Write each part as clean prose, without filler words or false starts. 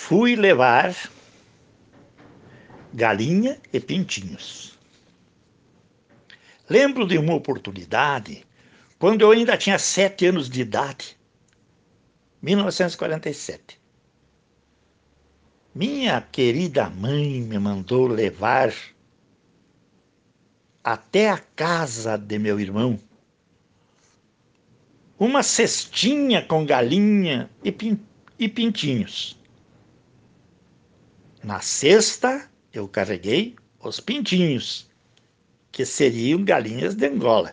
fui levar galinha e pintinhos. Lembro de uma oportunidade, quando eu ainda tinha 7 anos de idade, 1947. Minha querida mãe me mandou levar até a casa de meu irmão uma cestinha com galinha e pintinhos. Na cesta, eu carreguei os pintinhos, que seriam galinhas de Angola.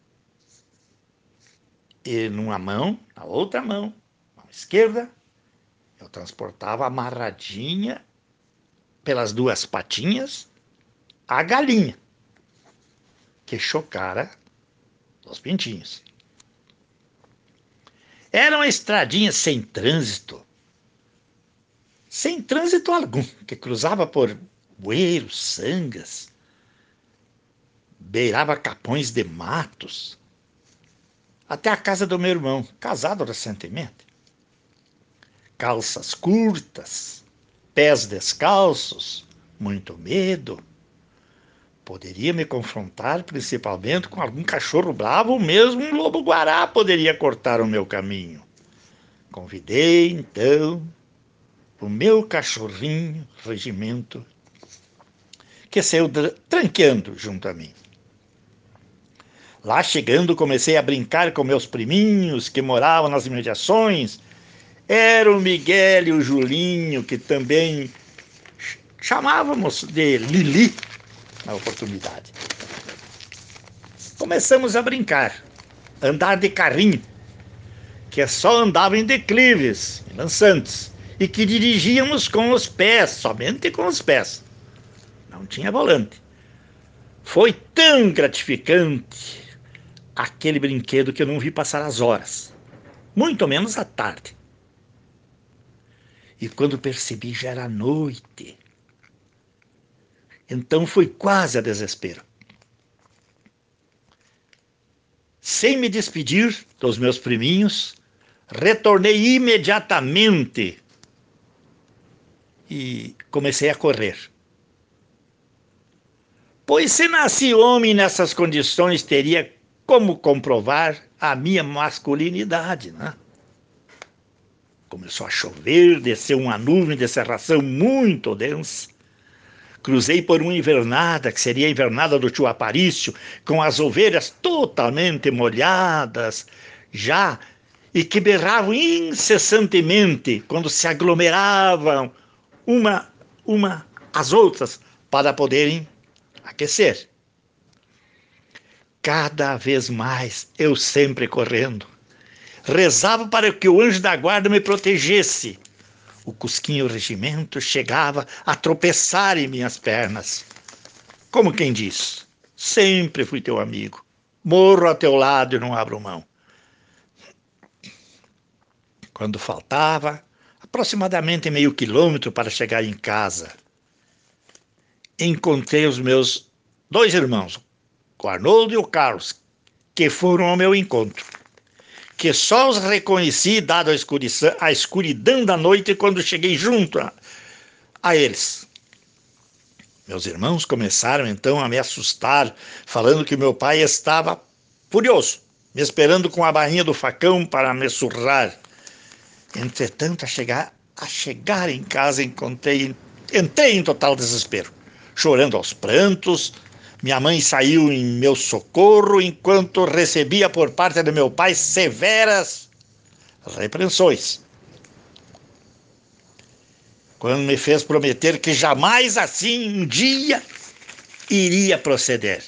E numa mão, na outra mão esquerda, eu transportava amarradinha pelas 2 patinhas a galinha, que chocara os pintinhos. Era uma estradinha sem trânsito algum, que cruzava por bueiros, sangas, beirava capões de matos, até a casa do meu irmão, casado recentemente. Calças curtas, pés descalços, muito medo. Poderia me confrontar principalmente com algum cachorro bravo, ou mesmo um lobo-guará poderia cortar o meu caminho. Convidei, então, o meu cachorrinho Regimento, que saiu tranqueando junto a mim. Lá chegando, comecei a brincar com meus priminhos que moravam nas imediações. Era o Miguel e o Julinho, que também chamávamos de Lili na oportunidade. Começamos a brincar, andar de carrinho, que só andava em declives, em lançantes, e que dirigíamos com os pés, somente com os pés. Não tinha volante. Foi tão gratificante aquele brinquedo que eu não vi passar as horas, muito menos a tarde. E quando percebi, já era noite. Então foi quase a desespero. Sem me despedir dos meus priminhos, retornei imediatamente e comecei a correr. Pois se nasci homem nessas condições, teria como comprovar a minha masculinidade, né? Começou a chover, desceu uma nuvem de cerração muito densa. Cruzei por uma invernada, que seria a invernada do tio Aparício, com as ovelhas totalmente molhadas, já, e que berravam incessantemente quando se aglomeravam uma às outras para poderem aquecer. Cada vez mais, eu sempre correndo. Rezava para que o anjo da guarda me protegesse. O Cusquinho Regimento chegava a tropeçar em minhas pernas. Como quem diz, sempre fui teu amigo. Morro a teu lado e não abro mão. Quando faltava aproximadamente meio quilômetro para chegar em casa, encontrei os meus 2 irmãos, o Arnoldo e o Carlos, que foram ao meu encontro. Que só os reconheci, dado a escuridão da noite, quando cheguei junto a eles. Meus irmãos começaram então a me assustar, falando que meu pai estava furioso, me esperando com a bainha do facão para me surrar. Entretanto, a chegar em casa, entrei em total desespero, chorando aos prantos. Minha mãe saiu em meu socorro, enquanto recebia por parte de meu pai severas repreensões, quando me fez prometer que jamais assim um dia iria proceder.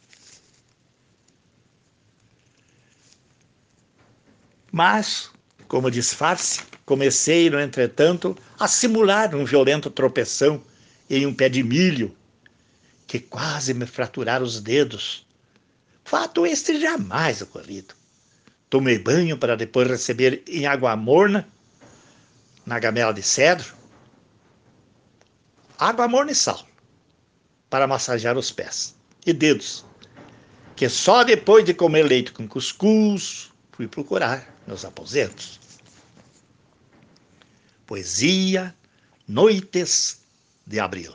Mas, como disfarce, comecei, no entretanto, a simular um violento tropeção em um pé de milho, que quase me fraturaram os dedos. Fato este jamais ocorrido. Tomei banho para depois receber em água morna, na gamela de cedro, água morna e sal, para massagear os pés e dedos, que só depois de comer leite com cuscuz fui procurar meus aposentos. Poesia Noites de abril.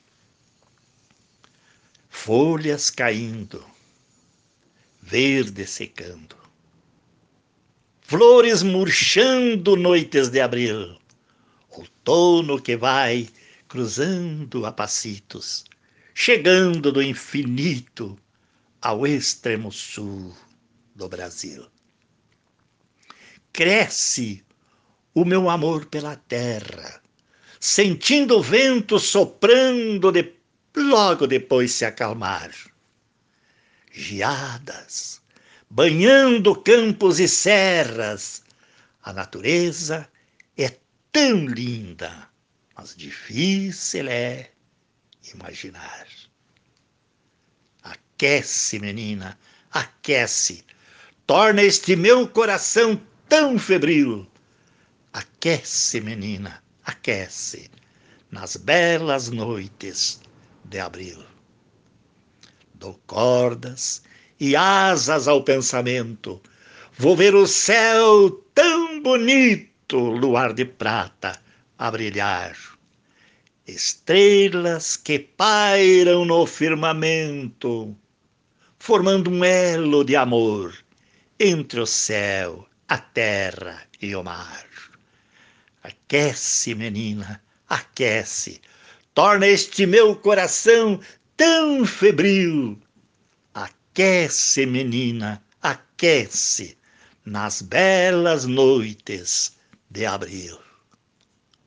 Folhas caindo, verde secando, flores murchando, noites de abril, outono que vai cruzando a passitos, chegando do infinito ao extremo sul do Brasil. Cresce o meu amor pela terra, sentindo o vento soprando logo depois se acalmar. Geadas, banhando campos e serras, a natureza é tão linda, mas difícil é imaginar. Aquece, menina, aquece, torna este meu coração tão febril. Aquece, menina, aquece, nas belas noites de abril. Dou cordas e asas ao pensamento, vou ver o céu tão bonito, luar de prata a brilhar. Estrelas que pairam no firmamento, formando um elo de amor entre o céu, a terra e o mar. Aquece, menina, aquece, torna este meu coração tão febril. Aquece, menina, aquece, nas belas noites de abril.